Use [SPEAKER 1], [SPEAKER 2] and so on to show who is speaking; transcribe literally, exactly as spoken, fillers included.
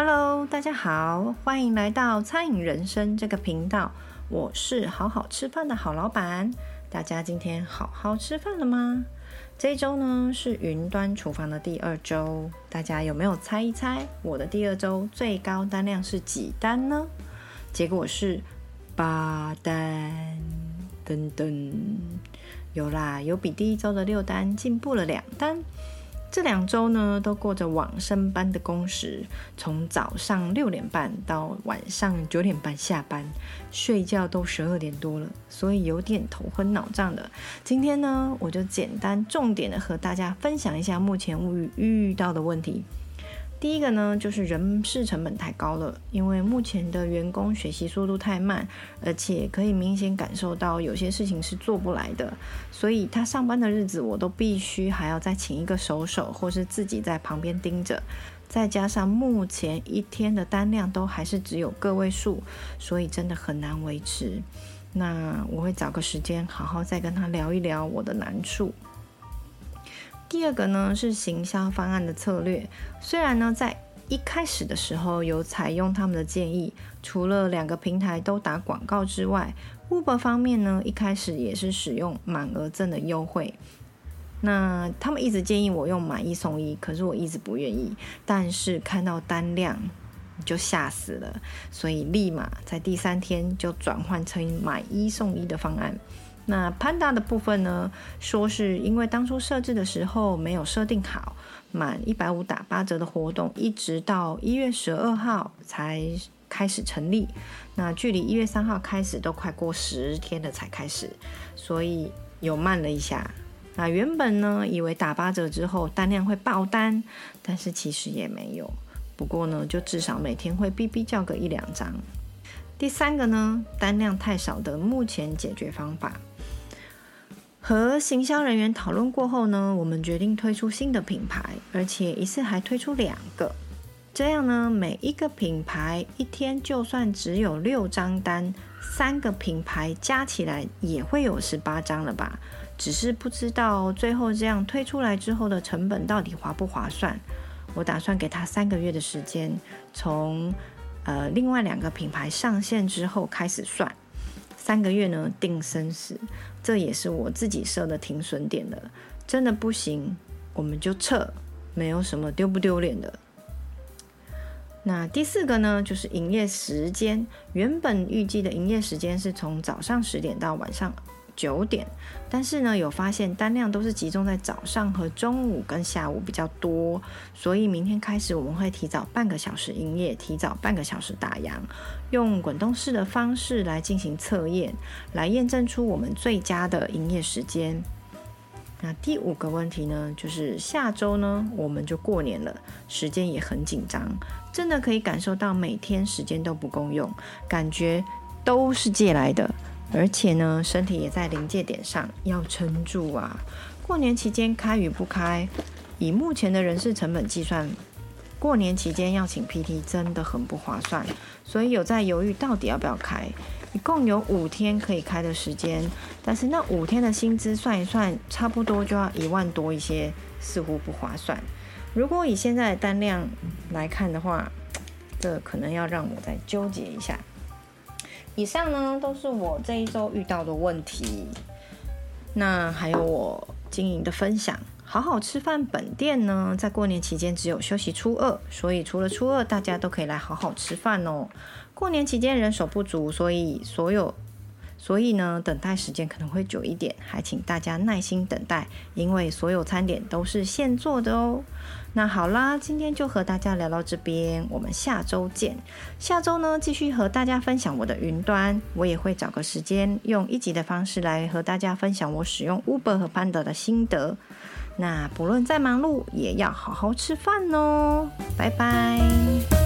[SPEAKER 1] Hello， 大家好，欢迎来到餐饮人生这个频道，我是好好吃饭的好老板。大家今天好好吃饭了吗？这一周呢是云端厨房的第二周，大家有没有猜一猜我的第二周最高单量是几单呢？结果是八单，噔噔，有啦，有比第一周的六单进步了两单。这两周呢，都过着往生般的工时，从早上六点半到晚上九点半下班，睡觉都十二点多了，所以有点头昏脑胀的。今天呢，我就简单重点的和大家分享一下目前遇遇到的问题。第一个呢，就是人事成本太高了，因为目前的员工学习速度太慢，而且可以明显感受到有些事情是做不来的，所以他上班的日子我都必须还要再请一个手手，或是自己在旁边盯着，再加上目前一天的单量都还是只有个位数，所以真的很难维持。那我会找个时间好好再跟他聊一聊我的难处。第二个呢是行销方案的策略，虽然呢在一开始的时候有采用他们的建议，除了两个平台都打广告之外， Uber 方面呢一开始也是使用满额赠的优惠，那他们一直建议我用买一送一，可是我一直不愿意，但是看到单量就吓死了，所以立马在第三天就转换成买一送一的方案。那 Panda 的部分呢，说是因为当初设置的时候没有设定好满一百五十打八折的活动，一直到一月十二号才开始成立，那距离一月三号开始都快过十天了才开始，所以有慢了一下。那原本呢以为打八折之后单量会爆单，但是其实也没有，不过呢就至少每天会哔哔叫个一两张。第三个呢，单量太少的目前解决方法，和行销人员讨论过后呢，我们决定推出新的品牌，而且一次还推出两个，这样呢每一个品牌一天就算只有六张单，三个品牌加起来也会有十八张了吧，只是不知道最后这样推出来之后的成本到底划不划算。我打算给他三个月的时间，从呃，另外两个品牌上线之后开始算，三个月呢定生死，这也是我自己设的停损点的，真的不行我们就撤，没有什么丢不丢脸的。那第四个呢，就是营业时间，原本预计的营业时间是从早上十点到晚上九点，但是呢有发现单量都是集中在早上和中午跟下午比较多，所以明天开始我们会提早半个小时营业，提早半个小时打烊，用滚动式的方式来进行测验，来验证出我们最佳的营业时间。那第五个问题呢，就是下周呢我们就过年了，时间也很紧张，真的可以感受到每天时间都不够用，感觉都是借来的，而且呢身体也在临界点上，要撑住啊。过年期间开与不开，以目前的人事成本计算，过年期间要请 P T 真的很不划算，所以有在犹豫到底要不要开。一共有五天可以开的时间，但是那五天的薪资算一算差不多就要一万多一些，似乎不划算。如果以现在的单量来看的话，这可能要让我再纠结一下。以上呢都是我这一周遇到的问题，那还有我经营的分享。好好吃饭本店呢在过年期间只有休息初二，所以除了初二大家都可以来好好吃饭哦。过年期间人手不足，所以所有所以呢等待时间可能会久一点，还请大家耐心等待，因为所有餐点都是现做的哦。那好啦，今天就和大家聊到这边，我们下周见。下周呢继续和大家分享我的云端，我也会找个时间用一集的方式来和大家分享我使用 Uber 和 Panda 的心得。那不论再忙碌也要好好吃饭哦，拜拜。